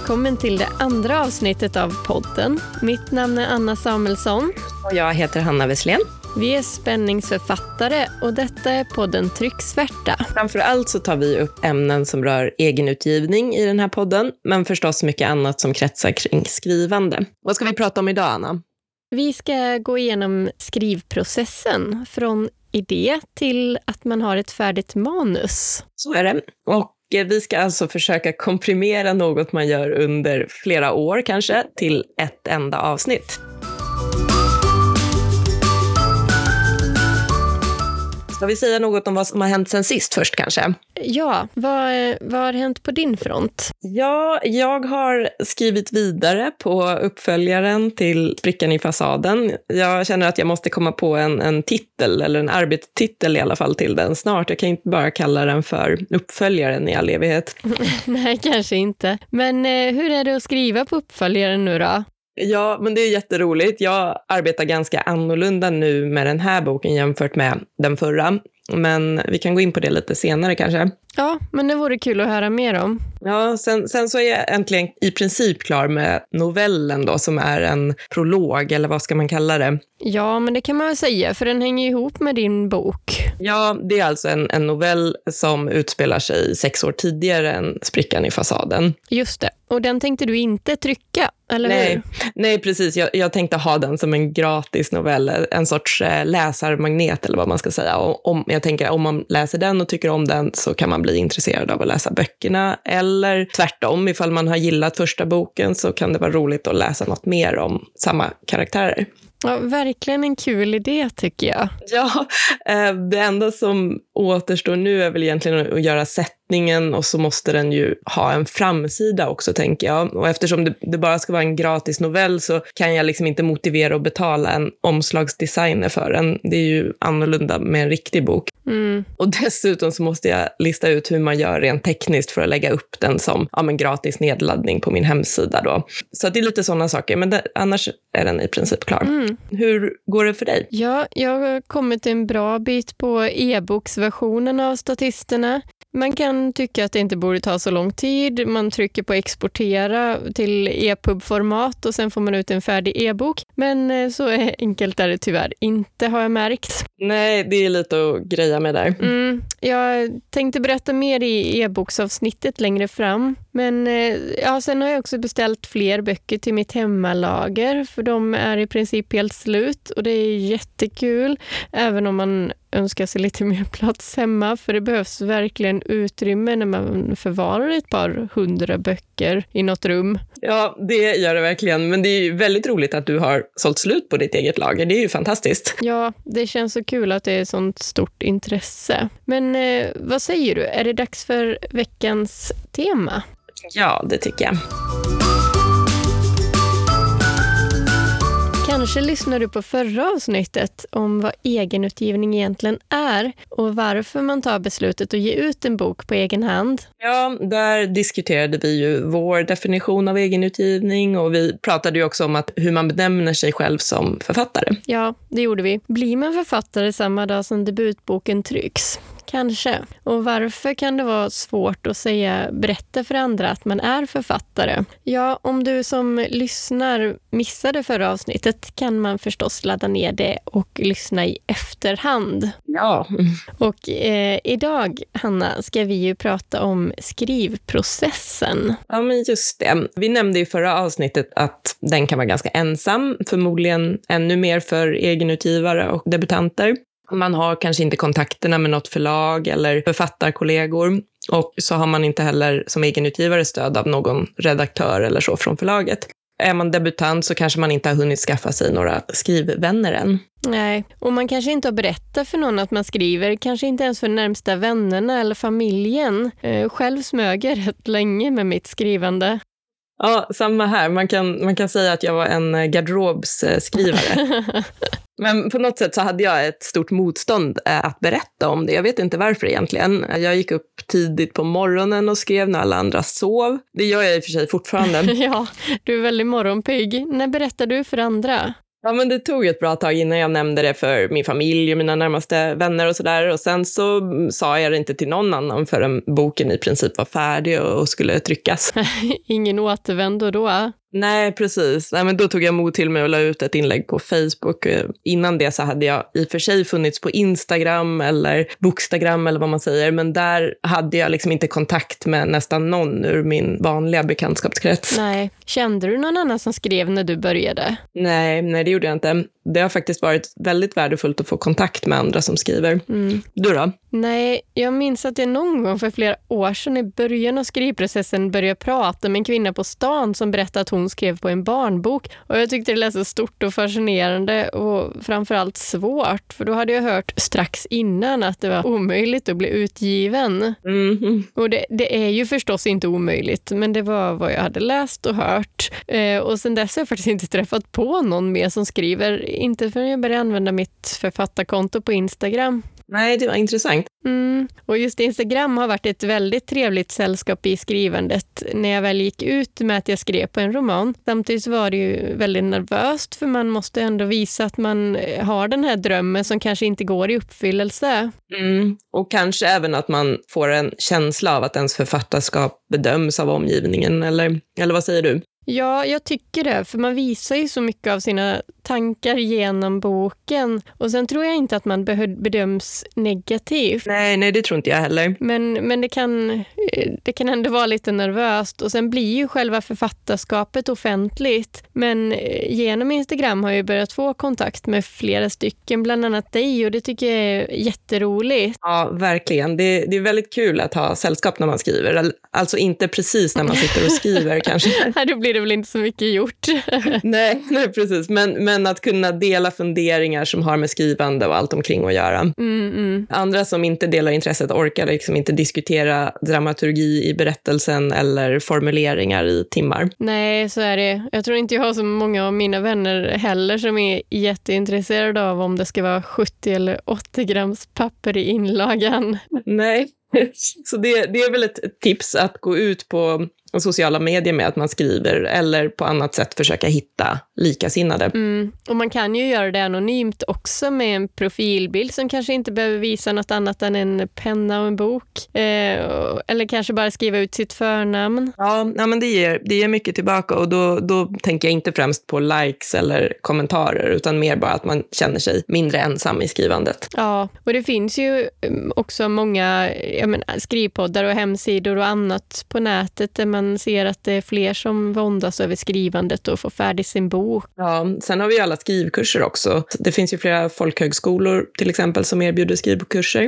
välkommen till det andra avsnittet av podden. Mitt namn är Anna Samuelsson. Och jag heter Hanna Wesslén. Vi är spänningsförfattare och detta är podden Trycksvärta. Framförallt så tar vi upp ämnen som rör egenutgivning i den här podden, men förstås mycket annat som kretsar kring skrivande. Vad ska vi prata om idag, Anna? Vi ska gå igenom skrivprocessen från idé till att man har ett färdigt manus. Så är det. Och vi ska alltså försöka komprimera något man gör under flera år kanske till ett enda avsnitt. Ska vi säga något om vad som har hänt sen sist först kanske? Ja, vad har hänt på din front? Ja, jag har skrivit vidare på uppföljaren till Sprickan i fasaden. Jag känner att jag måste komma på en titel, eller en arbetstitel i alla fall till den snart. Jag kan inte bara kalla den för uppföljaren i all evighet. Nej, kanske inte. Men hur är det att skriva på uppföljaren nu då? Ja, men det är jätteroligt. Jag arbetar ganska annorlunda nu med den här boken jämfört med den förra. Men vi kan gå in på det lite senare kanske. Ja, men det vore kul att höra mer om. Ja, sen så är jag äntligen i princip klar med novellen då, som är en prolog, eller vad ska man kalla det? Ja, men det kan man väl säga, för den hänger ihop med din bok. Ja, det är alltså en novell som utspelar sig 6 år tidigare än Sprickan i fasaden. Just det, och den tänkte du inte trycka, eller hur? Nej, precis. Jag tänkte ha den som en gratis novell, en sorts läsarmagnet eller vad man ska säga. Jag tänker om man läser den och tycker om den så kan man bli intresserad av att läsa böckerna. Eller tvärtom, ifall man har gillat första boken så kan det vara roligt att läsa något mer om samma karaktärer. Ja, verkligen en kul idé tycker jag. Ja, det enda som återstår nu är väl egentligen att göra sättningen, och så måste den ju ha en framsida också, tänker jag. Och eftersom det bara ska vara en gratis novell så kan jag liksom inte motivera att betala en omslagsdesigner för den. Det är ju annorlunda med en riktig bok. Mm. Och dessutom så måste jag lista ut hur man gör rent tekniskt för att lägga upp den som en gratis nedladdning på min hemsida då. Så det är lite sådana saker, men annars är den i princip klar. Mm. Hur går det för dig? Ja, jag har kommit en bra bit på e-boksversionen av Statisterna. Man kan tycka att det inte borde ta så lång tid. Man trycker på exportera till EPUB-format och sen får man ut en färdig e-bok. Men så enkelt är det tyvärr inte, har jag märkt. Nej, det är lite att greja med där. Jag tänkte berätta mer i e-boksavsnittet längre fram. Men sen har jag också beställt fler böcker till mitt hemmalager. För de är i princip helt slut och det är jättekul. Även om man önskar sig lite mer plats hemma, för det behövs verkligen utrymme när man förvarar ett par 100 böcker i något rum. Ja, det gör det verkligen, men det är ju väldigt roligt att du har sålt slut på ditt eget lager. Det är ju fantastiskt. Ja, det känns så kul att det är sånt stort intresse. Men vad säger du? Är det dags för veckans tema? Ja, det tycker jag. Kanske lyssnar du på förra avsnittet om vad egenutgivning egentligen är och varför man tar beslutet att ge ut en bok på egen hand. Ja, där diskuterade vi ju vår definition av egenutgivning, och vi pratade ju också om hur man benämner sig själv som författare. Ja, det gjorde vi. Blir man författare samma dag som debutboken trycks? Kanske. Och varför kan det vara svårt att berätta för andra att man är författare? Ja, om du som lyssnar missade förra avsnittet kan man förstås ladda ner det och lyssna i efterhand. Ja. Och idag, Hanna, ska vi ju prata om skrivprocessen. Ja, men just det. Vi nämnde i förra avsnittet att den kan vara ganska ensam, förmodligen ännu mer för egenutgivare och debutanter. Man har kanske inte kontakterna med något förlag eller författarkollegor, och så har man inte heller som egenutgivare stöd av någon redaktör eller så från förlaget. Är man debutant så kanske man inte har hunnit skaffa sig några skrivvänner än. Nej, och man kanske inte har berättat för någon att man skriver, kanske inte ens för närmsta vännerna eller familjen. Själv smög jag rätt länge med mitt skrivande. Ja, samma här. Man kan säga att jag var en garderobsskrivare. Men på något sätt så hade jag ett stort motstånd att berätta om det. Jag vet inte varför egentligen. Jag gick upp tidigt på morgonen och skrev när alla andra sov. Det gör jag i och för sig fortfarande. Ja, du är väldigt morgonpigg. När berättar du för andra? Ja, men det tog ett bra tag innan jag nämnde det för min familj och mina närmaste vänner och sådär. Och sen så sa jag det inte till någon annan förrän boken i princip var färdig och skulle tryckas. Ingen återvändo då? Nej, precis. Nej, men då tog jag mod till mig och la ut ett inlägg på Facebook. Innan det så hade jag i och för sig funnits på Instagram eller Bookstagram eller vad man säger. Men där hade jag liksom inte kontakt med nästan någon ur min vanliga bekantskapskrets. Nej. Kände du någon annan som skrev när du började? Nej, det gjorde jag inte. Det har faktiskt varit väldigt värdefullt att få kontakt med andra som skriver. Du då? Nej, jag minns att jag någon gång för flera år sedan i början av skrivprocessen började prata med en kvinna på stan som berättade att hon skrev på en barnbok. Och jag tyckte det lät så stort och fascinerande och framförallt svårt. För då hade jag hört strax innan att det var omöjligt att bli utgiven. Och det är ju förstås inte omöjligt, men det var vad jag hade läst och hört. Och sen dess har jag faktiskt inte träffat på någon mer som skriver. Inte förrän jag började använda mitt författarkonto på Instagram. Nej, det var intressant. Och just Instagram har varit ett väldigt trevligt sällskap i skrivandet när jag väl gick ut med att jag skrev på en roman. Samtidigt var det ju väldigt nervöst för man måste ändå visa att man har den här drömmen som kanske inte går i uppfyllelse. Och kanske även att man får en känsla av att ens författarskap bedöms av omgivningen, eller vad säger du? Ja, jag tycker det, för man visar ju så mycket av sina tankar genom boken och sen tror jag inte att man bedöms negativt. Nej, det tror inte jag heller. Men det kan ändå vara lite nervöst och sen blir ju själva författarskapet offentligt. Men genom Instagram har jag börjat få kontakt med flera stycken, bland annat dig, och det tycker jag är jätteroligt. Ja, verkligen. Det är väldigt kul att ha sällskap när man skriver. Alltså inte precis när man sitter och skriver kanske. Då blir det väl inte så mycket gjort. nej, precis. Men att kunna dela funderingar som har med skrivande och allt omkring att göra. Andra som inte delar intresset orkar liksom inte diskutera dramaturgi i berättelsen eller formuleringar i timmar. Nej, så är det. Jag tror inte jag har så många av mina vänner heller som är jätteintresserade av om det ska vara 70 eller 80 grams papper i inlagan. Nej. Så det är väl ett tips att gå ut på sociala medier med att man skriver eller på annat sätt försöka hitta likasinnade. Och man kan ju göra det anonymt också med en profilbild som kanske inte behöver visa något annat än en penna och en bok. Eller kanske bara skriva ut sitt förnamn. Ja, men det ger mycket tillbaka och då tänker jag inte främst på likes eller kommentarer utan mer bara att man känner sig mindre ensam i skrivandet. Ja, och det finns ju också många skrivpoddar och hemsidor och annat på nätet där man ser att det är fler som våndas över skrivandet och får färdig sin bok. Ja, sen har vi alla skrivkurser också. Det finns ju flera folkhögskolor till exempel som erbjuder skrivkurser.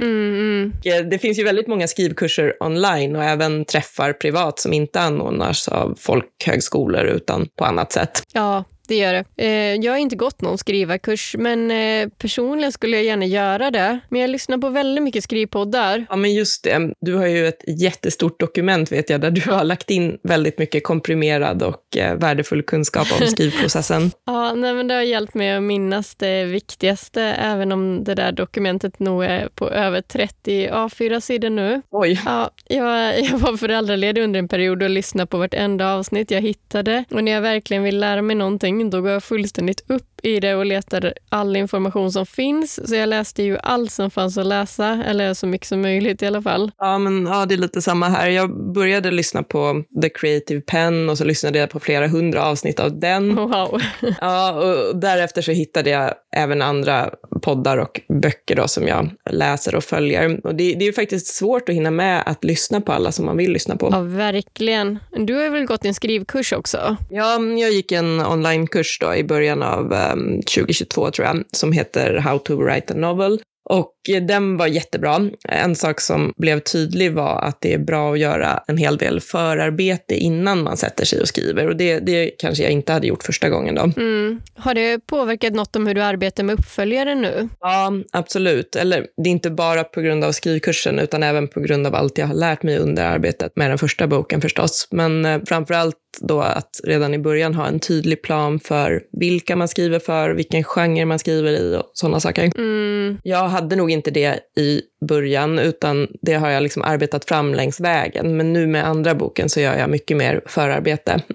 Det finns ju väldigt många skrivkurser online och även träffar privat som inte anordnas av folkhögskolor utan på annat sätt. Ja, det gör det. Jag har inte gått någon skrivarkurs, men personligen skulle jag gärna göra det. Men jag lyssnar på väldigt mycket skrivpoddar. Ja, men just det. Du har ju ett jättestort dokument, vet jag, där du har lagt in väldigt mycket komprimerad och värdefull kunskap om skrivprocessen. Ja, men det har hjälpt mig att minnas det viktigaste, även om det där dokumentet nog är på över 30 A4-sidor nu. Oj. Ja, jag var föräldraledig under en period och lyssnade på vartenda avsnitt jag hittade. Och när jag verkligen vill lära mig någonting, då går jag fullständigt upp i det och letar all information som finns. Så jag läste ju allt som fanns att läsa, eller så mycket som möjligt i alla fall. Ja, det är lite samma här. Jag började lyssna på The Creative Pen och så lyssnade jag på flera 100 avsnitt av den. Wow. Ja, och därefter så hittade jag även andra poddar och böcker då som jag läser och följer. Och det är ju faktiskt svårt att hinna med att lyssna på alla som man vill lyssna på. Ja, verkligen. Du har väl gått en skrivkurs också? Ja, jag gick en onlinekurs då i början av 2022 tror jag, som heter How to Write a Novel. Och den var jättebra. En sak som blev tydlig var att det är bra att göra en hel del förarbete innan man sätter sig och skriver. Och det kanske jag inte hade gjort första gången då. Har det påverkat något om hur du arbetar med uppföljare nu? Ja, absolut. Eller det är inte bara på grund av skrivkursen utan även på grund av allt jag har lärt mig under arbetet med den första boken förstås. Men framförallt då att redan i början ha en tydlig plan för vilka man skriver för, vilken genre man skriver i och sådana saker. Jag hade nog inte det i början utan det har jag liksom arbetat fram längs vägen. Men nu med andra boken så gör jag mycket mer förarbete.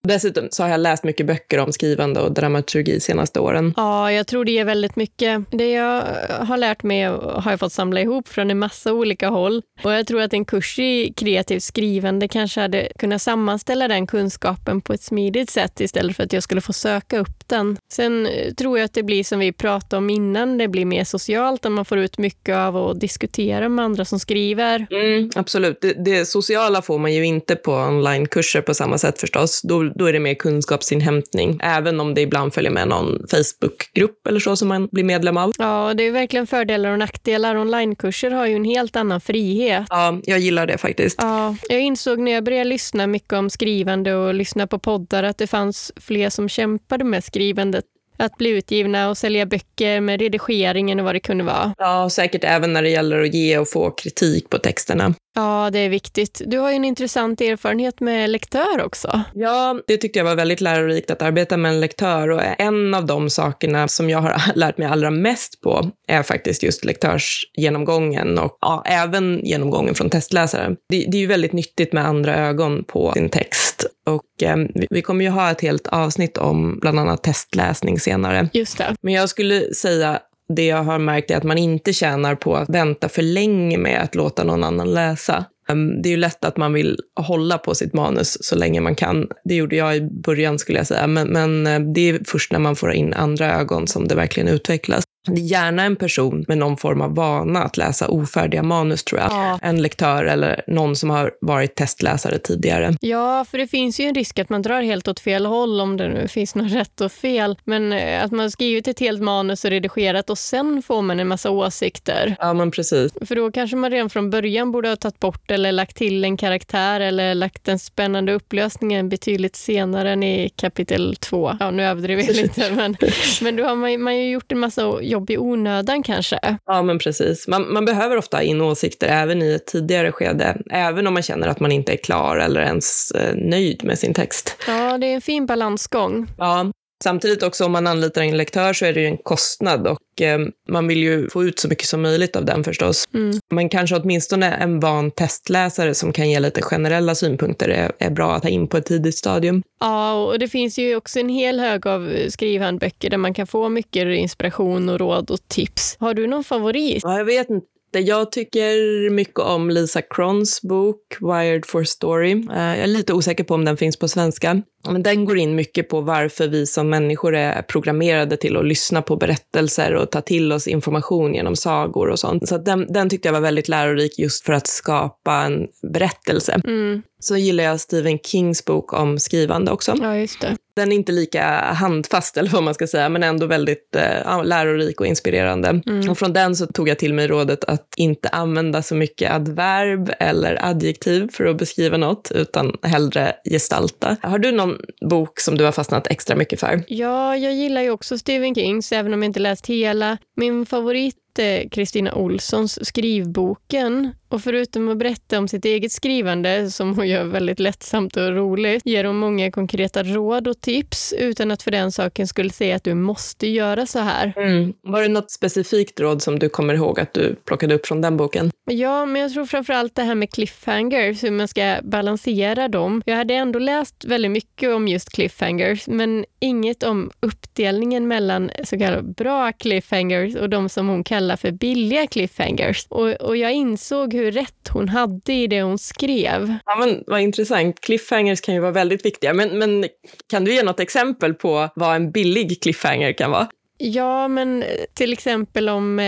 Dessutom så har jag läst mycket böcker om skrivande och dramaturgi senaste åren. Ja, jag tror det är väldigt mycket. Det jag har lärt mig har jag fått samla ihop från en massa olika håll. Och jag tror att en kurs i kreativt skrivande kanske hade kunnat sammanställa den kunskapen på ett smidigt sätt istället för att jag skulle få söka upp den. Sen tror jag att det blir som vi pratade om innan, det blir mer socialt och man får ut mycket av att diskutera med andra som skriver. Absolut. Det sociala får man ju inte på onlinekurser på samma sätt förstås. Då är det mer kunskapsinhämtning, även om det ibland följer med någon Facebookgrupp eller så som man blir medlem av. Ja, det är verkligen fördelar och nackdelar. Onlinekurser har ju en helt annan frihet. Ja, jag gillar det faktiskt. Ja, jag insåg när jag började lyssna mycket om skrivande och lyssna på poddar att det fanns fler som kämpade med skrivandet. Att bli utgivna och sälja böcker med redigeringen och vad det kunde vara. Ja, säkert även när det gäller att ge och få kritik på texterna. Ja, det är viktigt. Du har ju en intressant erfarenhet med lektör också. Ja, det tyckte jag var väldigt lärorikt att arbeta med en lektör. Och en av de sakerna som jag har lärt mig allra mest på är faktiskt just lektörsgenomgången och även genomgången från testläsare. Det är ju väldigt nyttigt med andra ögon på sin text. Och vi kommer ju ha ett helt avsnitt om bland annat testläsning senare. Just det. Men jag skulle säga det jag har märkt är att man inte tjänar på att vänta för länge med att låta någon annan läsa. Det är ju lätt att man vill hålla på sitt manus så länge man kan. Det gjorde jag i början skulle jag säga. Men det är först när man får in andra ögon som det verkligen utvecklas. Det är gärna en person med någon form av vana att läsa ofärdiga manus tror jag. Ja. En lektör eller någon som har varit testläsare tidigare. Ja, för det finns ju en risk att man drar helt åt fel håll om det nu finns något rätt och fel. Men att man har skrivit ett helt manus och redigerat och sen får man en massa åsikter. Ja, men precis. För då kanske man redan från början borde ha tagit bort eller lagt till en karaktär eller lagt en spännande upplösning betydligt senare än i kapitel 2. Ja, nu överdriver jag lite, men då har man ju gjort en massa jobb i onödan kanske. Ja, men precis. Man behöver ofta in åsikter även i ett tidigare skede, även om man känner att man inte är klar eller ens nöjd med sin text. Ja, det är en fin balansgång. Ja. Samtidigt också om man anlitar en lektör så är det ju en kostnad och man vill ju få ut så mycket som möjligt av den förstås. Men kanske åtminstone en van testläsare som kan ge lite generella synpunkter är bra att ta in på ett tidigt stadium. Ja, och det finns ju också en hel hög av skrivhandböcker där man kan få mycket inspiration och råd och tips. Har du någon favorit? Ja, jag vet inte. Jag tycker mycket om Lisa Crons bok Wired for Story. Jag är lite osäker på om den finns på svenska. Men den går in mycket på varför vi som människor är programmerade till att lyssna på berättelser och ta till oss information genom sagor och sånt. Så den tyckte jag var väldigt lärorik just för att skapa en berättelse. Så gillar jag Stephen Kings bok om skrivande också. Ja, just det. Den är inte lika handfast eller vad man ska säga, men ändå väldigt lärorik och inspirerande. Och från den så tog jag till mig rådet att inte använda så mycket adverb eller adjektiv för att beskriva något, utan hellre gestalta. Har du någon bok som du har fastnat extra mycket för? Ja, jag gillar ju också Stephen Kings, även om jag inte läst hela. Min favorit är Kristina Olssons Skrivboken. Och förutom att berätta om sitt eget skrivande, som hon gör väldigt lättsamt och roligt, ger hon många konkreta råd och tips utan att för den saken skulle säga att du måste göra så här. Var det något specifikt råd som du kommer ihåg att du plockade upp från den boken? Ja, men jag tror framförallt det här med cliffhangers, hur man ska balansera dem. Jag hade ändå läst väldigt mycket om just cliffhangers, men inget om uppdelningen mellan så kallade bra cliffhangers och de som hon kallar för billiga cliffhangers. Och jag insåg hur rätt hon hade i det hon skrev. Ja, men vad intressant. Cliffhangers kan ju vara väldigt viktiga. Men kan du ge något exempel på vad en billig cliffhanger kan vara? Ja, men till exempel om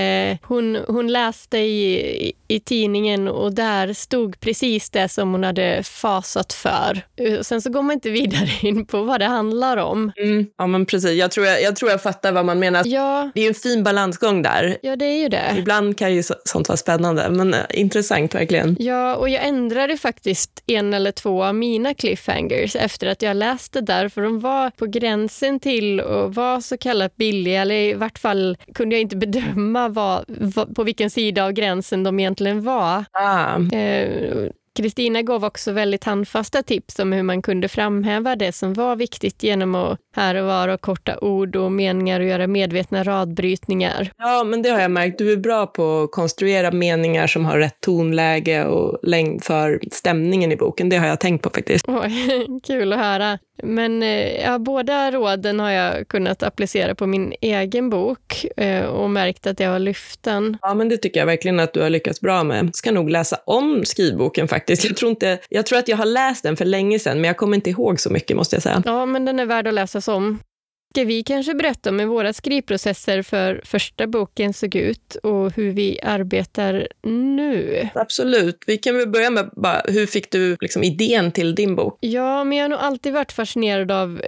hon läste i tidningen och där stod precis det som hon hade fasat för. Sen så går man inte vidare in på vad det handlar om. Ja, men precis. Jag tror jag fattar vad man menar. Ja. Det är ju en fin balansgång där. Ja, det är ju det. Ibland kan ju sånt vara spännande, men intressant verkligen. Ja, och jag ändrade faktiskt 1 eller 2 av mina cliffhangers efter att jag läste där, för de var på gränsen till att vara så kallat billiga, eller i vart fall kunde jag inte bedöma på vilken sida av gränsen de egentligen var. Kristina gav också väldigt handfasta tips om hur man kunde framhäva det som var viktigt genom att här och var och korta ord och meningar och göra medvetna radbrytningar. Ja, men det har jag märkt. Du är bra på att konstruera meningar som har rätt tonläge och längd för stämningen i boken. Det har jag tänkt på faktiskt. Kul att höra. Men båda råden har jag kunnat applicera på min egen bok och märkt att jag har lyft den. Ja, men det tycker jag verkligen att du har lyckats bra med. Ska nog läsa om skrivboken faktiskt. Jag tror att jag har läst den för länge sedan, men jag kommer inte ihåg så mycket, måste jag säga. Ja, men den är värd att läsas om. Ska vi kanske berätta om hur våra skrivprocesser för första boken såg ut och hur vi arbetar nu? Absolut. Vi kan väl börja med bara, hur fick du liksom idén till din bok? Ja, men jag har nog alltid varit fascinerad av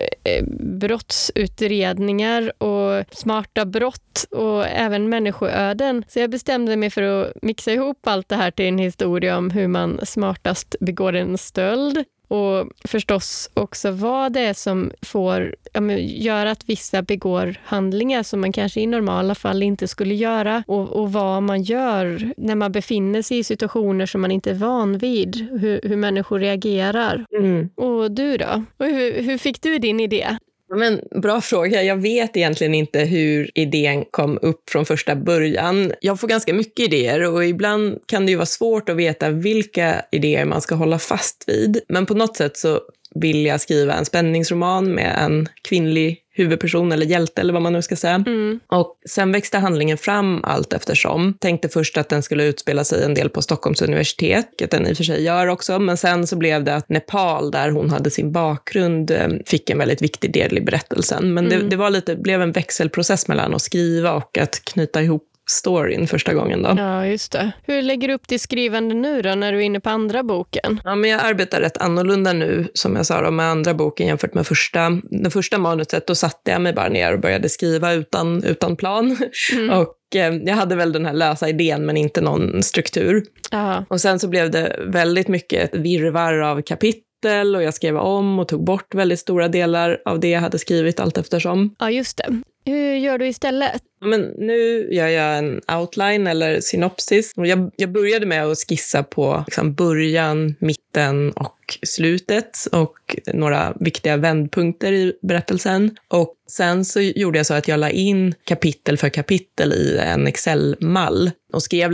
brottsutredningar och smarta brott och även människoöden. Så jag bestämde mig för att mixa ihop allt det här till en historia om hur man smartast begår en stöld. Och förstås också vad det är som får göra att vissa begår handlingar som man kanske i normala fall inte skulle göra. Och vad man gör när man befinner sig i situationer som man inte är van vid. Hur människor reagerar. Mm. Och du då? Och hur fick du din idé? Men bra fråga. Jag vet egentligen inte hur idén kom upp från första början. Jag får ganska mycket idéer och ibland kan det ju vara svårt att veta vilka idéer man ska hålla fast vid. Men på något sätt så vill jag skriva en spänningsroman med en kvinnlig huvudperson eller hjälte eller vad man nu ska säga. Mm. Och sen växte handlingen fram allt eftersom. Tänkte först att den skulle utspela sig en del på Stockholms universitet, vilket den i och för sig gör också. Men sen så blev det att Nepal, där hon hade sin bakgrund, fick en väldigt viktig del i berättelsen. Men det blev en växelprocess mellan att skriva och att knyta ihop storyn första gången då. Ja, just det. Hur lägger du upp ditt skrivande nu då när du är inne på andra boken? Ja, men jag arbetar rätt annorlunda nu, som jag sa då, med andra boken jämfört med den första manuset. Då satte jag mig bara ner och började skriva utan plan. Och jag hade väl den här lösa idén men inte någon struktur. Aha. Och sen så blev det väldigt mycket virrvarr av kapitel och jag skrev om och tog bort väldigt stora delar av det jag hade skrivit allt eftersom. Ja, just det. Hur gör du istället? Men nu gör jag en outline eller synopsis. Jag började med att skissa på liksom början, mitten och slutet och några viktiga vändpunkter i berättelsen. Och sen så gjorde jag så att jag la in kapitel för kapitel i en Excel-mall och skrev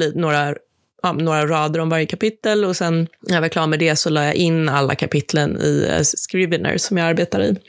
några rader om varje kapitel och sen när jag var klar med det så la jag in alla kapitlen i Scrivener som jag arbetar i.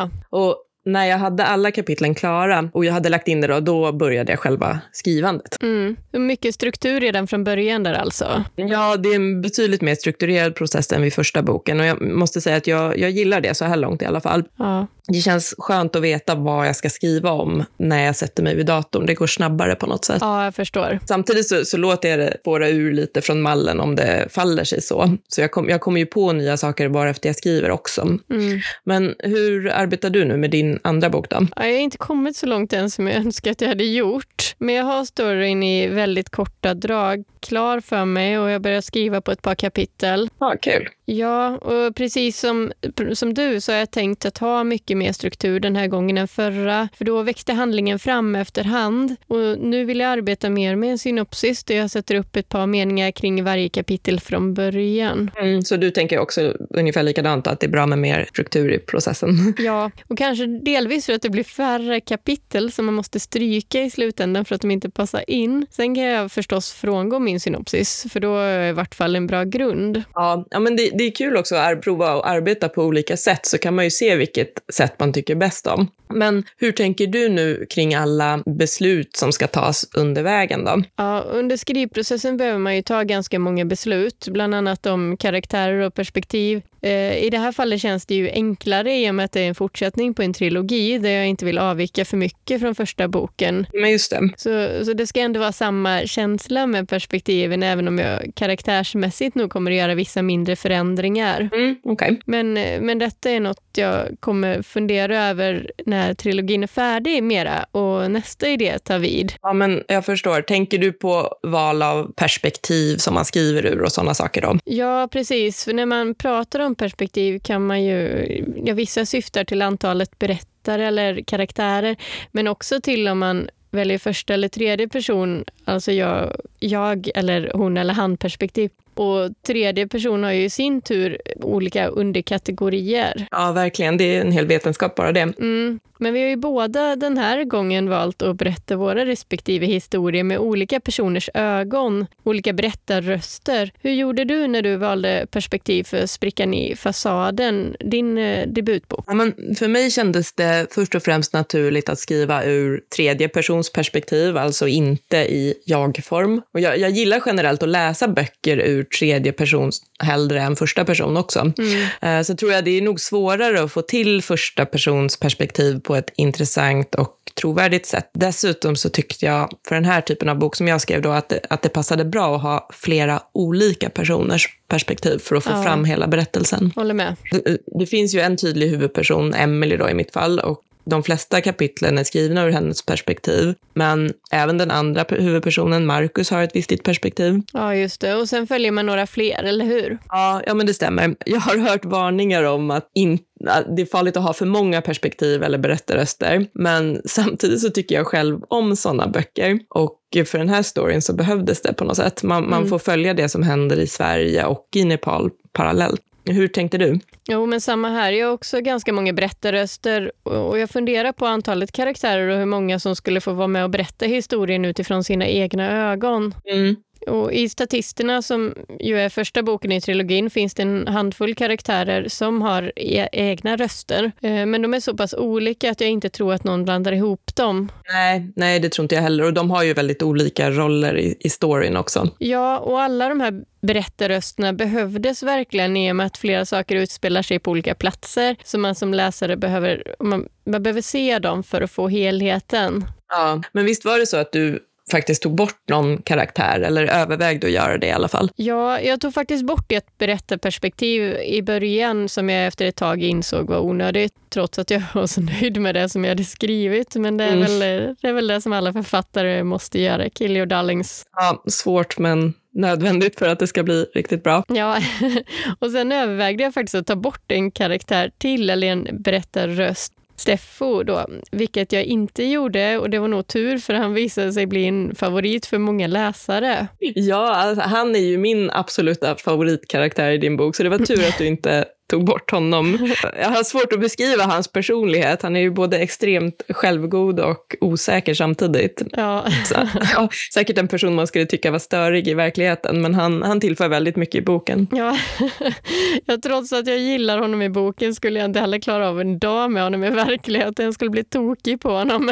Och när jag hade alla kapitlen klara och jag hade lagt in det då började jag själva skrivandet. Mycket struktur redan från början där alltså? Ja, det är en betydligt mer strukturerad process än vid första boken och jag måste säga att jag gillar det så här långt i alla fall. Ja. Det känns skönt att veta vad jag ska skriva om när jag sätter mig vid datorn. Det går snabbare på något sätt. Ja, jag förstår. Samtidigt så låter jag det spåra ur lite från mallen om det faller sig så. Så jag kommer ju på nya saker bara efter jag skriver också. Men hur arbetar du nu med din andra bok då? Ja, jag har inte kommit så långt än som jag önskar att jag hade gjort. Men jag har storyn i väldigt korta drag klar för mig och jag börjar skriva på ett par kapitel. Ja, kul. Ja, och precis som du så har jag tänkt att ha mycket mer struktur den här gången än förra. För då växte handlingen fram efterhand. Och nu vill jag arbeta mer med en synopsis där jag sätter upp ett par meningar kring varje kapitel från början. Så du tänker också ungefär likadant att det är bra med mer struktur i processen? Ja, och kanske delvis för att det blir färre kapitel som man måste stryka i slutändan för att de inte passar in. Sen kan jag förstås frångå min synopsis, för då är det i vart fall en bra grund. Ja, men det är kul också att prova att arbeta på olika sätt, så kan man ju se vilket sätt man tycker bäst om. Men hur tänker du nu kring alla beslut som ska tas under vägen då? Ja, under skrivprocessen behöver man ju ta ganska många beslut, bland annat om karaktärer och perspektiv. I det här fallet känns det ju enklare i och med att det är en fortsättning på en trilogi där jag inte vill avvika för mycket från första boken. Men just det. Så det ska ändå vara samma känsla med perspektiven, även om jag karaktärsmässigt nog kommer att göra vissa mindre förändringar. Okay. Men detta är något jag kommer fundera över när trilogin är färdig mera och nästa idé tar vid. Ja, men jag förstår. Tänker du på val av perspektiv som man skriver ur och sådana saker då? Ja, precis. För när man pratar om perspektiv kan man ju, vissa syftar till antalet berättare eller karaktärer, men också till om man väljer första eller tredje person. Alltså jag jag eller hon eller han perspektiv. Och tredje person har ju i sin tur olika underkategorier. Ja, verkligen. Det är en hel vetenskap bara det. Men vi har ju båda den här gången valt att berätta våra respektive historier med olika personers ögon, olika berättarröster. Hur gjorde du när du valde perspektiv för Sprickan i fasaden, din debutbok? Ja, men för mig kändes det först och främst naturligt att skriva ur tredje persons perspektiv, alltså inte i jag-form. Och jag gillar generellt att läsa böcker ur tredje person hellre än första person också. Så tror jag det är nog svårare att få till första persons perspektiv på ett intressant och trovärdigt sätt. Dessutom så tyckte jag för den här typen av bok som jag skrev då att det passade bra att ha flera olika personers perspektiv för att få fram hela berättelsen. Håller med. Det finns ju en tydlig huvudperson, Emily då i mitt fall, och de flesta kapitlen är skrivna ur hennes perspektiv. Men även den andra huvudpersonen, Marcus, har ett visst perspektiv. Ja, just det. Och sen följer man några fler, eller hur? Ja, men det stämmer. Jag har hört varningar om att det är farligt att ha för många perspektiv eller berättarröster. Men samtidigt så tycker jag själv om sådana böcker. Och för den här storyn så behövdes det på något sätt. Man får följa det som händer i Sverige och i Nepal parallellt. Hur tänkte du? Jo, men samma här. Jag har också ganska många berättarröster och jag funderar på antalet karaktärer och hur många som skulle få vara med och berätta historien utifrån sina egna ögon. Och i Statisterna, som ju är första boken i trilogin, finns det en handfull karaktärer som har egna röster. Men de är så pass olika att jag inte tror att någon blandar ihop dem. Nej, det tror inte jag heller. Och de har ju väldigt olika roller i storyn också. Ja, och alla de här berättarrösterna behövdes verkligen i och med att flera saker utspelar sig på olika platser. Så man som läsare man behöver se dem för att få helheten. Ja, men visst var det så att du faktiskt tog bort någon karaktär eller övervägde att göra det i alla fall? Ja, jag tog faktiskt bort ett berättarperspektiv i början som jag efter ett tag insåg var onödigt, trots att jag var så nöjd med det som jag hade skrivit. Men det är väl det som alla författare måste göra, kill your darlings. Ja, svårt men nödvändigt för att det ska bli riktigt bra. Ja, och sen övervägde jag faktiskt att ta bort en karaktär till eller en berättarröst. Steffo då, vilket jag inte gjorde, och det var nog tur för han visade sig bli en favorit för många läsare. Ja, alltså, han är ju min absoluta favoritkaraktär i din bok, så det var tur att du inte tog bort honom. Jag har svårt att beskriva hans personlighet. Han är ju både extremt självgod och osäker samtidigt. Ja. Ja, säkert en person man skulle tycka var störig i verkligheten, men han tillför väldigt mycket i boken. Ja, trots att jag gillar honom i boken skulle jag inte heller klara av en dag med honom i verkligheten. Jag skulle bli tokig på honom.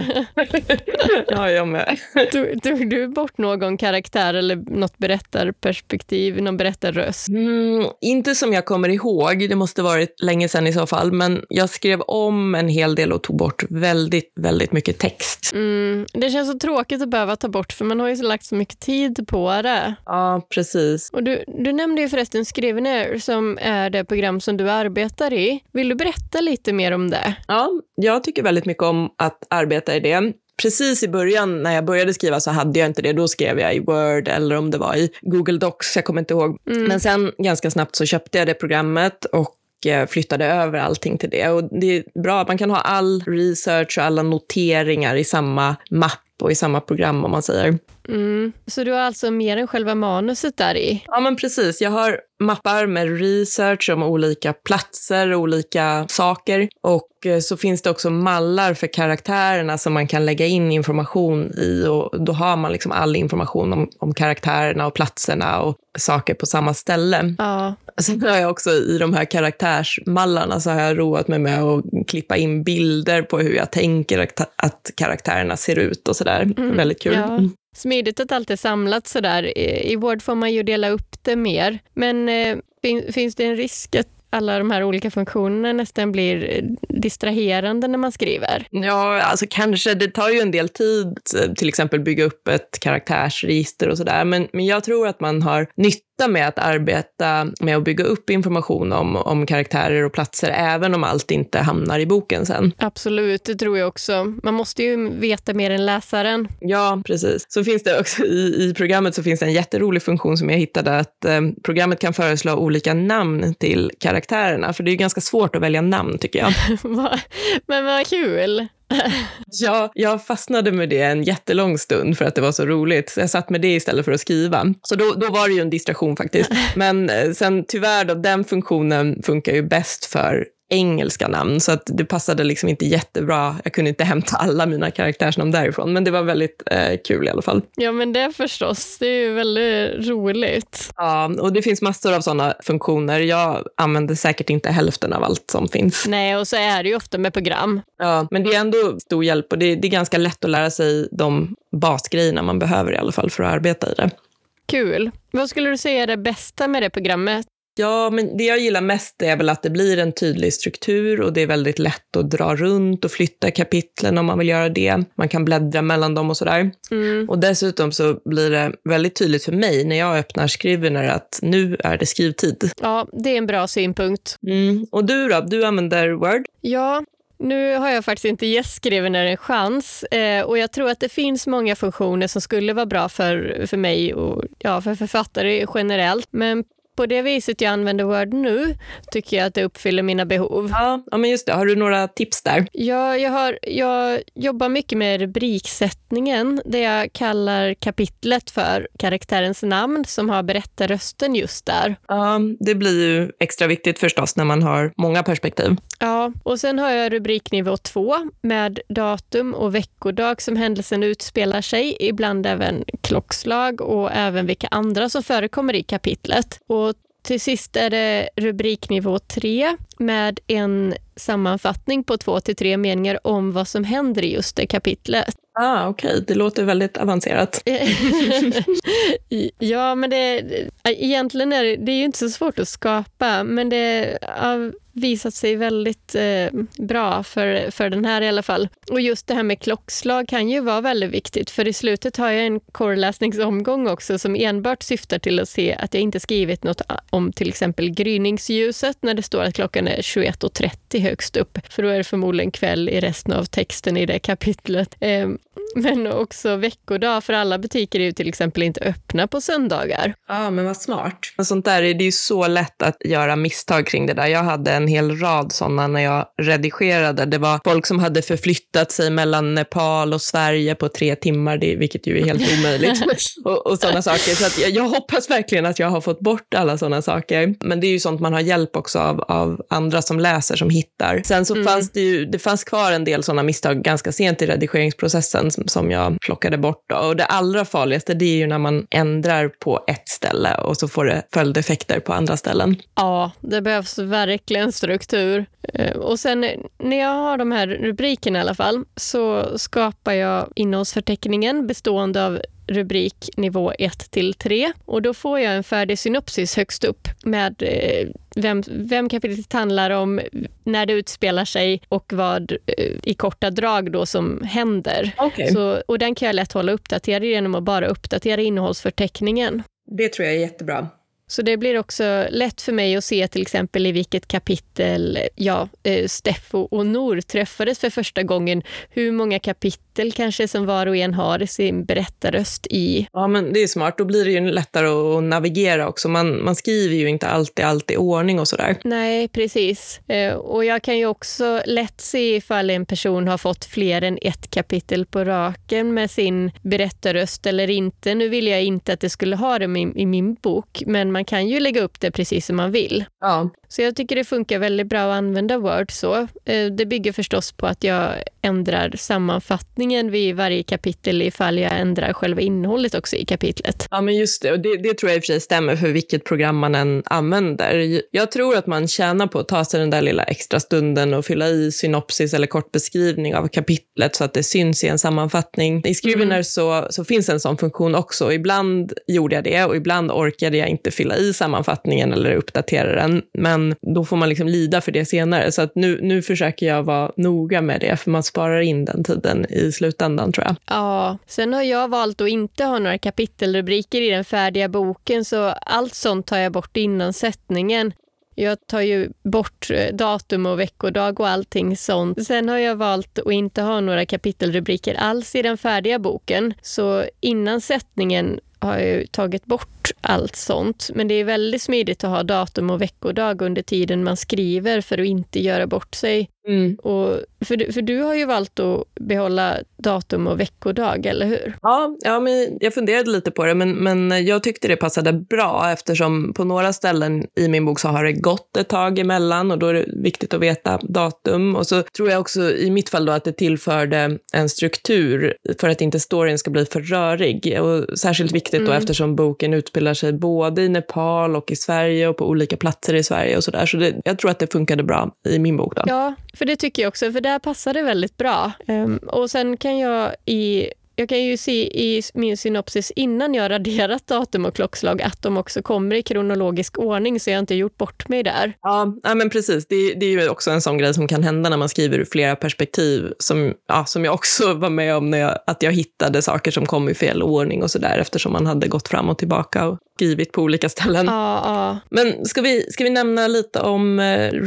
Ja, jag med. Tog du bort någon karaktär eller något berättarperspektiv, någon berättarröst? Inte som jag kommer ihåg. Det måste varit länge sedan i så fall, men jag skrev om en hel del och tog bort väldigt, väldigt mycket text. Det känns så tråkigt att behöva ta bort, för man har ju lagt så mycket tid på det. Ja, precis. Och du nämnde ju förresten Scrivener, som är det program som du arbetar i. Vill du berätta lite mer om det? Ja, jag tycker väldigt mycket om att arbeta i det. Precis i början när jag började skriva så hade jag inte det. Då skrev jag i Word eller om det var i Google Docs, jag kommer inte ihåg. Men sen ganska snabbt så köpte jag det programmet och flyttade över allting till det. Och det är bra att man kan ha all research och alla noteringar i samma mapp och i samma program, om man säger. Så du har alltså mer än själva manuset där i? Ja, men precis. Jag har mappar med research om olika platser, olika saker. Och så finns det också mallar för karaktärerna som man kan lägga in information i. Och då har man liksom all information om karaktärerna och platserna och saker på samma ställe. Ja. Sen har jag också i de här karaktärsmallarna så har jag roat mig med att klippa in bilder på hur jag tänker att karaktärerna ser ut och sådär. Väldigt kul. Ja. Smidigt att allt är samlat sådär. I Word får man ju dela upp det mer. Men finns det en risk att alla de här olika funktionerna nästan blir distraherande när man skriver? Ja, alltså kanske. Det tar ju en del tid, till exempel bygga upp ett karaktärsregister och sådär. Men jag tror att man har nytta med att arbeta med att bygga upp information om karaktärer och platser, även om allt inte hamnar i boken sen. Absolut, det tror jag också. Man måste ju veta mer än läsaren. Ja, precis. Så finns det också i programmet så finns det en jätterolig funktion som jag hittade, att programmet kan föreslå olika namn till karaktärerna, för det är ju ganska svårt att välja namn, tycker jag. Men vad kul! Ja, jag fastnade med det en jättelång stund för att det var så roligt. Så jag satt med det istället för att skriva. Så då var det ju en distraktion faktiskt. Men sen tyvärr då, den funktionen funkar ju bäst för engelska namn, så att det passade liksom inte jättebra. Jag kunde inte hämta alla mina karaktärsnamn därifrån, men det var väldigt kul i alla fall. Ja, men det förstås. Det är ju väldigt roligt. Ja, och det finns massor av sådana funktioner. Jag använder säkert inte hälften av allt som finns. Nej, och så är det ju ofta med program. Ja, men det är ändå stor hjälp och det är ganska lätt att lära sig de basgrejerna man behöver i alla fall för att arbeta i det. Kul. Vad skulle du säga är det bästa med det programmet? Ja, men det jag gillar mest är väl att det blir en tydlig struktur och det är väldigt lätt att dra runt och flytta kapitlen om man vill göra det. Man kan bläddra mellan dem och sådär. Och dessutom så blir det väldigt tydligt för mig när jag öppnar Scrivener att nu är det skrivtid. Ja, det är en bra synpunkt. Och du då? Du använder Word? Ja, nu har jag faktiskt inte gett Scrivener en chans och jag tror att det finns många funktioner som skulle vara bra för mig och för författare generellt. Men på det viset jag använder Word nu tycker jag att det uppfyller mina behov. Ja, men just det. Har du några tips där? Ja, jag jobbar mycket med rubriksättningen. Det jag kallar kapitlet för karaktärens namn som har berättarrösten just där. Ja, det blir ju extra viktigt förstås när man har många perspektiv. Ja, och sen har jag rubriknivå 2 med datum och veckodag som händelsen utspelar sig. Ibland även klockslag och även vilka andra som förekommer i kapitlet. Och till sist är det rubriknivå 3 med en sammanfattning på 2-3 meningar om vad som händer i just det kapitlet. Okej. Det låter väldigt avancerat. Ja, men egentligen är det är ju inte så svårt att skapa, men det har visat sig väldigt bra för den här i alla fall. Och just det här med klockslag kan ju vara väldigt viktigt, för i slutet har jag en korreläsningsomgång också som enbart syftar till att se att jag inte skrivit något om till exempel gryningsljuset när det står att klockan är 21:30 högst upp, för då är det förmodligen kväll i resten av texten i det kapitlet. Men också veckodag, för alla butiker är ju till exempel inte öppna på söndagar. Ja, men vad smart. Och sånt där, det är ju så lätt att göra misstag kring det där. Jag hade en hel rad sådana när jag redigerade. Det var folk som hade förflyttat sig mellan Nepal och Sverige på 3 timmar, vilket ju är helt omöjligt. och sådana saker. Så att jag hoppas verkligen att jag har fått bort alla sådana saker. Men det är ju sånt man har hjälp också av andra som läser, som hittar. Sen så fanns det fanns kvar en del sådana misstag ganska sent i redigeringsprocessen som jag plockade bort då. Och det allra farligaste, det är ju när man ändrar på ett ställe och så får det följdeffekter på andra ställen. Ja, det behövs verkligen struktur. Och sen när jag har de här rubrikerna i alla fall så skapar jag innehållsförteckningen bestående av rubrik nivå 1-3 och då får jag en färdig synopsis högst upp med vem kapitlet handlar om, när det utspelar sig och vad i korta drag då som händer. Okay. Och den kan jag lätt hålla uppdaterad genom att bara uppdatera innehållsförteckningen. Det tror jag är jättebra. Så det blir också lätt för mig att se till exempel i vilket kapitel Steffo och Nor träffades för första gången. Hur många kapitel kanske som var och en har sin berättarröst i. Ja, men det är smart. Då blir det ju lättare att navigera också. Man skriver ju inte alltid i ordning och sådär. Nej, precis. Och jag kan ju också lätt se ifall en person har fått fler än ett kapitel på raken med sin berättarröst eller inte. Nu vill jag inte att det skulle ha det i min bok, men man kan ju lägga upp det precis som man vill. Ja. Så jag tycker det funkar väldigt bra att använda Word så. Det bygger förstås på att jag ändrar sammanfattningen vid varje kapitel ifall jag ändrar själva innehållet också i kapitlet. Ja, men just det. Och det tror jag i och för sig stämmer för vilket program man än använder. Jag tror att man tjänar på att ta sig den där lilla extra stunden och fylla i synopsis eller kort beskrivning av kapitlet så att det syns i en sammanfattning. I Scrivener så finns en sån funktion också. Ibland gjorde jag det och ibland orkade jag inte fylla i sammanfattningen eller uppdatera den. Men då får man liksom lida för det senare. Så att nu försöker jag vara noga med det, för man sparar in den tiden i slutändan, tror jag. Ja, sen har jag valt att inte ha några kapitelrubriker i den färdiga boken, så allt sånt tar jag bort innan sättningen. Jag tar ju bort datum och veckodag och allting sånt. Sen har jag valt att inte ha några kapitelrubriker alls i den färdiga boken. Så innan sättningen har jag tagit bort bort allt sånt. Men det är väldigt smidigt att ha datum och veckodag under tiden man skriver för att inte göra bort sig. Och för du har ju valt att behålla datum och veckodag, eller hur? Ja, men jag funderade lite på det, men jag tyckte det passade bra eftersom på några ställen i min bok så har det gått ett tag emellan och då är det viktigt att veta datum. Och så tror jag också i mitt fall då att det tillförde en struktur för att inte storyn ska bli för rörig. Och särskilt viktigt då eftersom boken utspelar sig både i Nepal och i Sverige och på olika platser i Sverige och sådär. Så jag tror att det funkade bra i min bok då. Ja, för det tycker jag också, för där passar det väldigt bra. Och sen kan jag kan ju se i min synopsis innan jag raderat datum och klockslag att de också kommer i kronologisk ordning, så jag har inte gjort bort mig där. Ja, men precis. Det är ju också en sån grej som kan hända när man skriver ur flera perspektiv som jag också var med om att jag hittade saker som kom i fel ordning och sådär eftersom man hade gått fram och tillbaka och skrivit på olika ställen. Ja. Men ska vi nämna lite om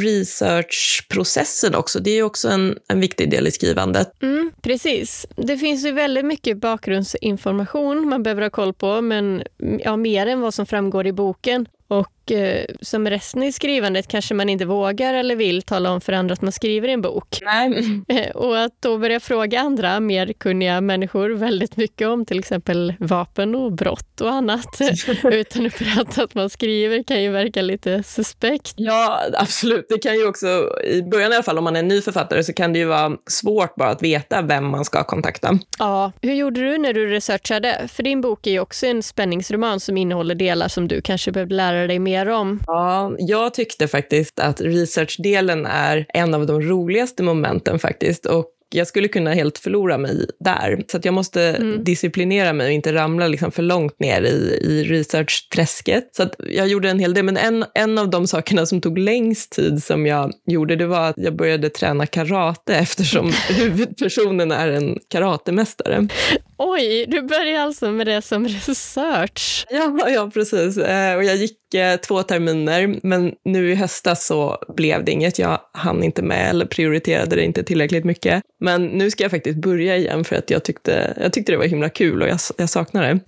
researchprocessen också? Det är ju också en viktig del i skrivandet. Precis. Det finns ju väldigt mycket bakgrundsinformation man behöver ha koll på, men mer än vad som framgår i boken. Och som resten i skrivandet kanske man inte vågar eller vill tala om för andra att man skriver en bok. Nej. Och att då börja fråga andra mer kunniga människor väldigt mycket om till exempel vapen och brott och annat utan att berätta att man skriver kan ju verka lite suspekt. Ja, absolut. Det kan ju också, i början i alla fall om man är en ny författare så kan det ju vara svårt bara att veta vem man ska kontakta. Ja, hur gjorde du när du researchade? För din bok är ju också en spänningsroman som innehåller delar som du kanske behövde lära dig mer om. Ja, jag tyckte faktiskt att researchdelen är en av de roligaste momenten faktiskt, och jag skulle kunna helt förlora mig där. Så att jag måste disciplinera mig och inte ramla liksom för långt ner i research-träsket. Så att jag gjorde en hel del. Men en av de sakerna som tog längst tid som jag gjorde, det var att jag började träna karate eftersom huvudpersonen är en karatemästare. Oj, du började alltså med det som research. Ja, precis. Och jag gick 2 terminer, men nu i höstas så blev det inget. Jag hann inte med eller prioriterade det inte tillräckligt mycket. Men nu ska jag faktiskt börja igen för att jag tyckte det var himla kul och jag saknar det.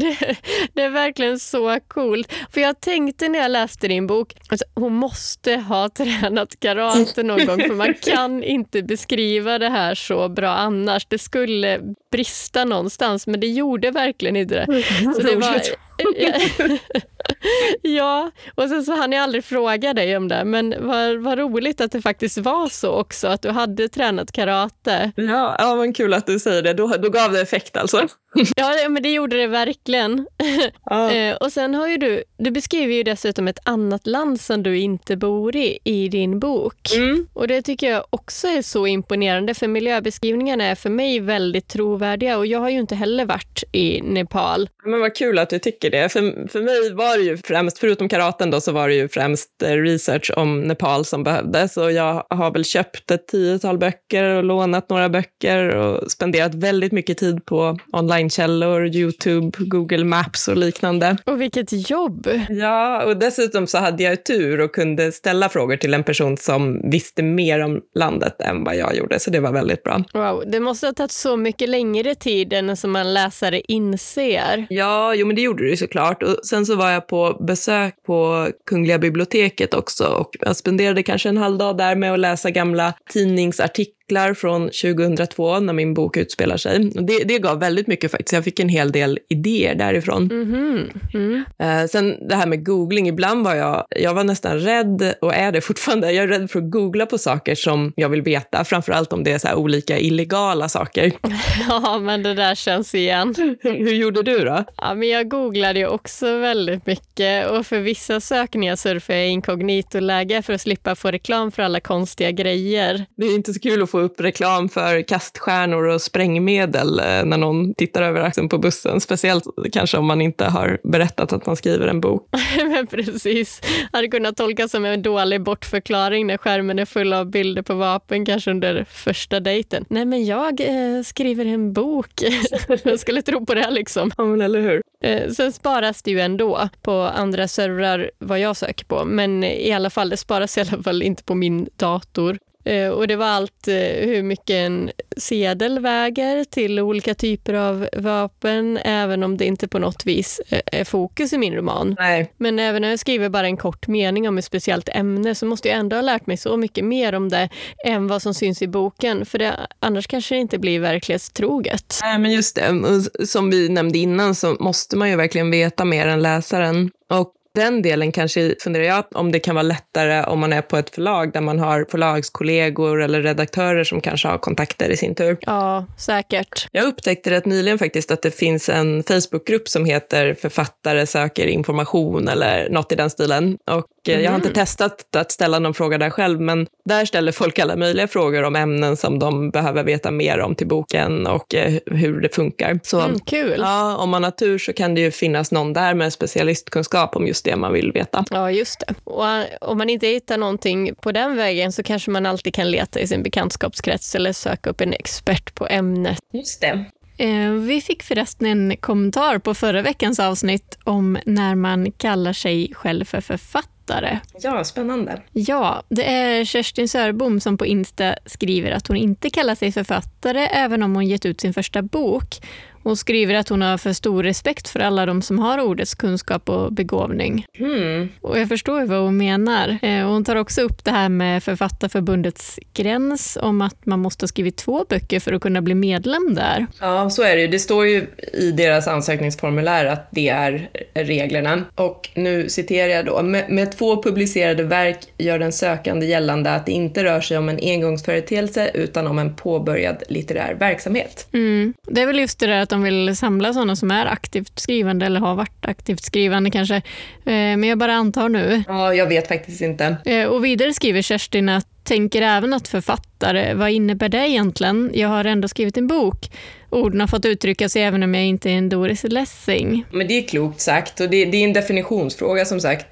Det är verkligen så coolt. För jag tänkte när jag läste din bok att hon måste ha tränat karate någon gång, för man kan inte beskriva det här så bra annars. Det skulle brista någonstans, men det gjorde verkligen inte det. Så det var... Ja, och sen så hann jag aldrig fråga dig om det, men vad roligt att det faktiskt var så också, att du hade tränat karate. Ja, men kul att du säger det. Då gav det effekt alltså. Ja, men det gjorde det verkligen. Och sen har ju du beskriver ju dessutom ett annat land som du inte bor i din bok. Och det tycker jag också är så imponerande, för miljöbeskrivningarna är för mig väldigt trovärdiga och jag har ju inte heller varit i Nepal. Men vad kul att du tycker det. För mig var det ju främst, förutom karaten då, så var det ju främst research om Nepal som behövdes. Och jag har väl köpt ett 10-tal böcker och lånat några böcker och spenderat väldigt mycket tid på online-källor, YouTube, Google Maps och liknande. Och vilket jobb! Ja, och dessutom så hade jag tur och kunde ställa frågor till en person som visste mer om landet än vad jag gjorde, så det var väldigt bra. Wow, det måste ha tagit så mycket längre tid än som man läsare inser. Ja, men det gjorde det ju såklart. Och sen så var jag på besök på Kungliga biblioteket också och jag spenderade kanske en halv dag där med att läsa gamla tidningsartiklar från 2002 när min bok utspelar sig. Och det gav väldigt mycket faktiskt. Jag fick en hel del idéer därifrån. Sen det här med googling. Ibland var jag var nästan rädd, och är det fortfarande. Jag är rädd för att googla på saker som jag vill veta. Framförallt om det är så här olika illegala saker. Ja, men det där känns igen. Hur gjorde du då? Ja, men jag googlade ju också väldigt mycket, och för vissa sökningar surfade jag inkognito-läge för att slippa få reklam för alla konstiga grejer. Det är inte så kul att få upp reklam för kaststjärnor och sprängmedel när någon tittar över axeln på bussen. Speciellt kanske om man inte har berättat att man skriver en bok. Men precis. Det hade kunnat tolkas som en dålig bortförklaring när skärmen är full av bilder på vapen, kanske under första dejten. Nej, men jag skriver en bok. Jag skulle tro på det liksom. Ja, men eller hur? Sen sparas det ju ändå på andra servrar vad jag söker på. Men i alla fall, det sparas i alla fall inte på min dator. Och det var allt hur mycket en sedel väger till olika typer av vapen, även om det inte på något vis är fokus i min roman. Nej. Men även när jag skriver bara en kort mening om ett speciellt ämne så måste jag ändå ha lärt mig så mycket mer om det än vad som syns i boken. För annars kanske det inte blir verklighetstroget. Nej, men just det. Och som vi nämnde innan så måste man ju verkligen veta mer än läsaren. Och den delen kanske funderar jag om det kan vara lättare om man är på ett förlag där man har förlagskollegor eller redaktörer som kanske har kontakter i sin tur. Ja, säkert. Jag upptäckte rätt nyligen faktiskt att det finns en Facebookgrupp som heter Författare söker information eller något i den stilen. Och jag har inte testat att ställa någon fråga där själv, men där ställer folk alla möjliga frågor om ämnen som de behöver veta mer om till boken och hur det funkar. Så kul. Ja, om man har tur så kan det ju finnas någon där med specialistkunskap om just det man vill veta. Ja, just det. Och om man inte hittar någonting på den vägen så kanske man alltid kan leta i sin bekantskapskrets eller söka upp en expert på ämnet. Just det. Vi fick förresten en kommentar på förra veckans avsnitt om när man kallar sig själv för författare. Ja, spännande. Ja, det är Kerstin Sörbom som på Insta skriver att hon inte kallar sig författare även om hon gett ut sin första bok. Hon skriver att hon har för stor respekt för alla de som har ordets kunskap och begåvning. Och jag förstår vad hon menar. Hon tar också upp det här med Författarförbundets gräns om att man måste ha skrivit 2 böcker för att kunna bli medlem där. Ja, så är det ju. Det står ju i deras ansökningsformulär att det är reglerna. Och nu citerar jag då. Med 2 publicerade verk gör den sökande gällande att det inte rör sig om en engångsföreteelse utan om en påbörjad litterär verksamhet. Det är väl just det där att de vill samla sådana som är aktivt skrivande eller har varit aktivt skrivande kanske. Men jag bara antar nu. Ja, jag vet faktiskt inte. Och vidare skriver Kerstin att tänker även att författare, vad innebär det egentligen? Jag har ändå skrivit en bok. Orden har fått uttrycka sig även om jag inte är en Doris Lessing. Men det är klokt sagt och det är en definitionsfråga som sagt.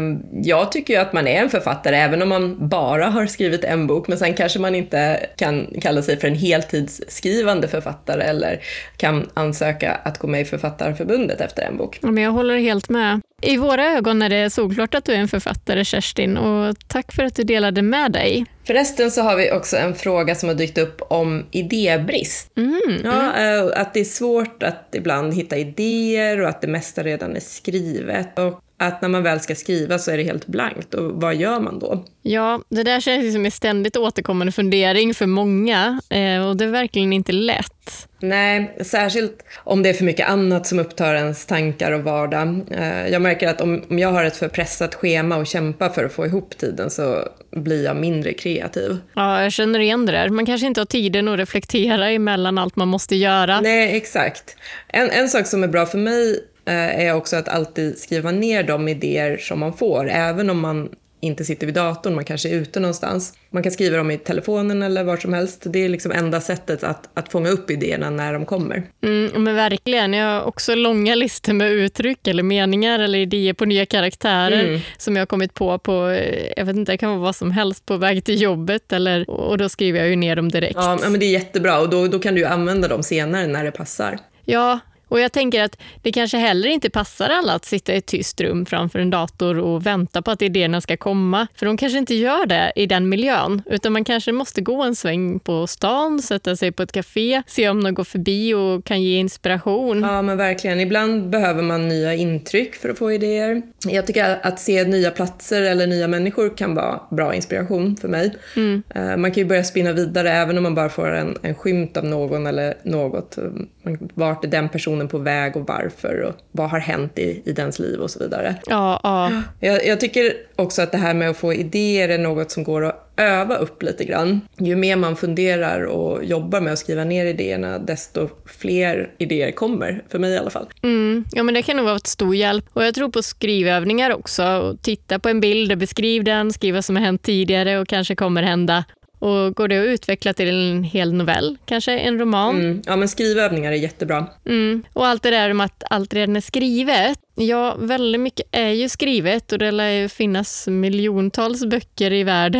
Jag tycker ju att man är en författare även om man bara har skrivit en bok, men sen kanske man inte kan kalla sig för en heltidsskrivande författare eller kan ansöka att gå med i Författarförbundet efter en bok. Ja, men jag håller helt med. I våra ögon är det såklart att du är en författare, Kerstin, och tack för att du delade med dig. Förresten så har vi också en fråga som har dykt upp om idébrist. Att det är svårt att ibland hitta idéer och att det mesta redan är skrivet. Och att när man väl ska skriva så är det helt blankt. Och vad gör man då? Ja, det där känns som en ständigt återkommande fundering för många. Och det är verkligen inte lätt. Nej, särskilt om det är för mycket annat som upptar ens tankar och vardag. Jag märker att om jag har ett för pressat schema och kämpar för att få ihop tiden så blir jag mindre kreativ. Ja, jag känner igen det där. Man kanske inte har tiden att reflektera emellan allt man måste göra. Nej, exakt. En sak som är bra för mig är också att alltid skriva ner de idéer som man får, även om man inte sitter vid datorn, man kanske är ute någonstans. Man kan skriva dem i telefonen eller var som helst. Det är liksom enda sättet att fånga upp idéerna när de kommer. Men verkligen. Jag har också långa listor med uttryck eller meningar eller idéer på nya karaktärer som jag har kommit på, jag vet inte, det kan vara vad som helst på väg till jobbet och då skriver jag ju ner dem direkt. Ja, men det är jättebra och då kan du ju använda dem senare när det passar. Ja, och jag tänker att det kanske heller inte passar alla att sitta i ett tyst rum framför en dator och vänta på att idéerna ska komma. För de kanske inte gör det i den miljön. Utan man kanske måste gå en sväng på stan, sätta sig på ett café, se om någon går förbi och kan ge inspiration. Ja, men verkligen. Ibland behöver man nya intryck för att få idéer. Jag tycker att se nya platser eller nya människor kan vara bra inspiration för mig. Man kan ju börja spinna vidare även om man bara får en skymt av någon eller något. Vart är den personen på väg och varför och vad har hänt i dens liv och så vidare. Ja. Jag tycker också att det här med att få idéer är något som går att öva upp lite grann. Ju mer man funderar och jobbar med att skriva ner idéerna, desto fler idéer kommer, för mig i alla fall. Ja, men det kan nog vara ett stor hjälp. Och jag tror på skrivövningar också. Och titta på en bild och beskriv den, skriva som har hänt tidigare och kanske kommer hända. Och går det att utveckla till en hel novell? Kanske en roman? Ja, men skrivövningar är jättebra. Och allt det där om att allt redan är skrivet. Ja, väldigt mycket är ju skrivet och det lär ju finnas miljontals böcker i världen.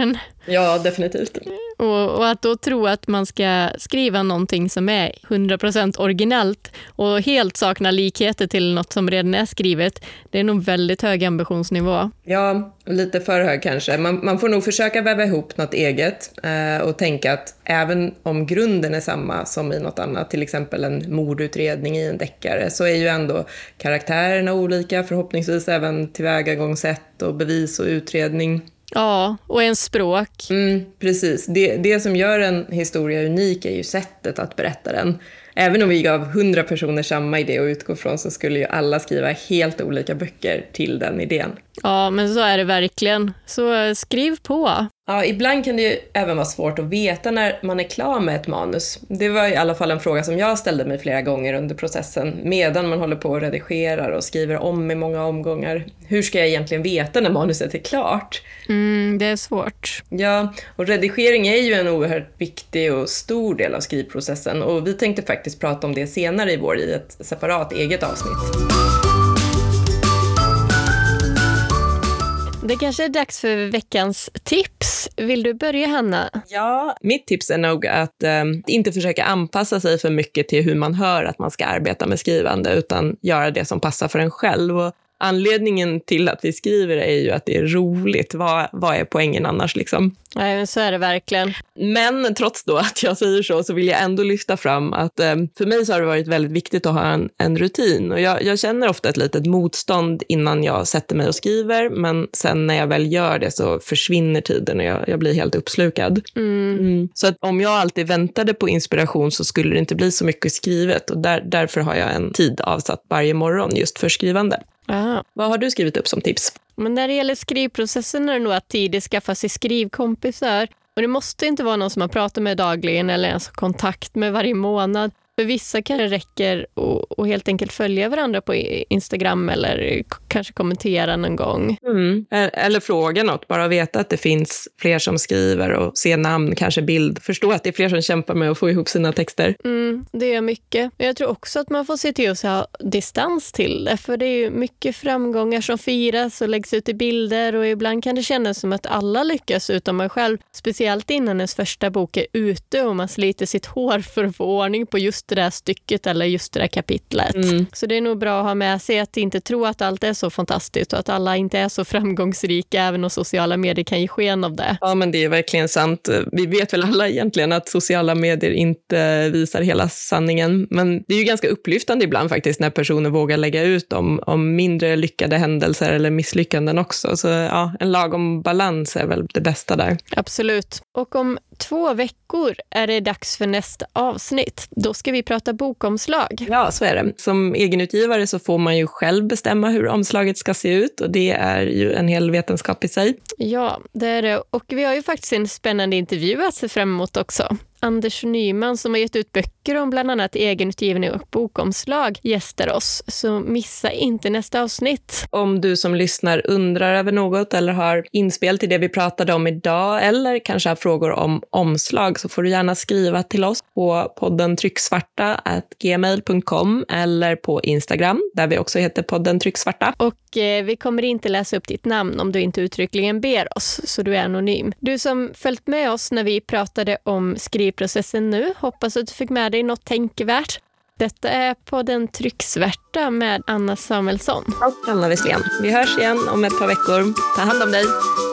Ja, definitivt. Och att då tro att man ska skriva någonting som är 100% originellt och helt saknar likheter till något som redan är skrivet, det är nog väldigt hög ambitionsnivå. Ja, lite för hög kanske. Man får nog försöka väva ihop något eget och tänka att även om grunden är samma som i något annat, till exempel en mordutredning i en deckare, så är ju ändå karaktärerna olika, förhoppningsvis även tillvägagångssätt och bevis och utredning. Ja, och en språk. Precis. Det som gör en historia unik är ju sättet att berätta den. Även om vi gav 100 personer samma idé att utgå från, så skulle ju alla skriva helt olika böcker till den idén. Ja, men så är det verkligen. Så skriv på. Ja, ibland kan det ju även vara svårt att veta när man är klar med ett manus. Det var i alla fall en fråga som jag ställde mig flera gånger under processen, medan man håller på och redigerar och skriver om i många omgångar. Hur ska jag egentligen veta när manuset är klart? Det är svårt. Ja, och redigering är ju en oerhört viktig och stor del av skrivprocessen, och vi tänkte faktiskt prata om det senare i vår i ett separat eget avsnitt. Det kanske är dags för veckans tips. Vill du börja, Hanna? Ja, mitt tips är nog att inte försöka anpassa sig för mycket till hur man hör att man ska arbeta med skrivande, utan göra det som passar för en själv. Och anledningen till att vi skriver är ju att det är roligt. Vad är poängen annars liksom? Nej, men så är det verkligen. Men trots då att jag säger så vill jag ändå lyfta fram att för mig så har det varit väldigt viktigt att ha en rutin. Och jag känner ofta ett litet motstånd innan jag sätter mig och skriver, men sen när jag väl gör det så försvinner tiden och jag blir helt uppslukad. Så att om jag alltid väntade på inspiration så skulle det inte bli så mycket skrivet, och därför har jag en tid avsatt varje morgon just för skrivande. Aha. Vad har du skrivit upp som tips? Men när det gäller skrivprocessen är det nog att tidigt skaffa sig skrivkompisar. Och det måste inte vara någon som man pratar med dagligen eller ens har kontakt med varje månad. För vissa kan det räcker och helt enkelt följa varandra på Instagram eller kanske kommentera någon gång. Eller fråga något, bara veta att det finns fler som skriver och se namn, kanske bild. Förstå att det är fler som kämpar med att få ihop sina texter. Det är mycket. Men jag tror också att man får se till att ha distans till det. För det är ju mycket framgångar som firas och läggs ut i bilder, och ibland kan det kännas som att alla lyckas utom man själv. Speciellt innan ens första bok är ute och man sliter sitt hår för att få ordning på just det där stycket eller just det där kapitlet. Så det är nog bra att ha med sig att inte tro att allt är så fantastiskt och att alla inte är så framgångsrika, även om sociala medier kan ge sken av det. Ja, men det är verkligen sant. Vi vet väl alla egentligen att sociala medier inte visar hela sanningen, men det är ju ganska upplyftande ibland faktiskt när personer vågar lägga ut om mindre lyckade händelser eller misslyckanden också. Så ja, en lagom balans är väl det bästa där. Absolut. Och om 2 veckor är det dags för nästa avsnitt. Då ska vi prata bokomslag. Ja, så är det. Som egenutgivare så får man ju själv bestämma hur omslaget ska se ut, och det är ju en hel vetenskap i sig. Ja, det är det. Och vi har ju faktiskt en spännande intervju att se fram emot också. Anders Nyman, som har gett ut böcker om bland annat egenutgivning och bokomslag, gästar oss. Så missa inte nästa avsnitt. Om du som lyssnar undrar över något eller har inspel till det vi pratade om idag, eller kanske har frågor om omslag, så får du gärna skriva till oss på podden trycksvarta@gmail.com eller på Instagram, där vi också heter podden trycksvarta. Och vi kommer inte läsa upp ditt namn om du inte uttryckligen ber oss, så du är anonym. Du som följt med oss när vi pratade om skrivprocessen nu, hoppas att du fick med dig något tänkvärt. Detta är podden Trycksvarta med Anna Samuelsson och Anna Westlén. Vi hörs igen om ett par veckor. Ta hand om dig!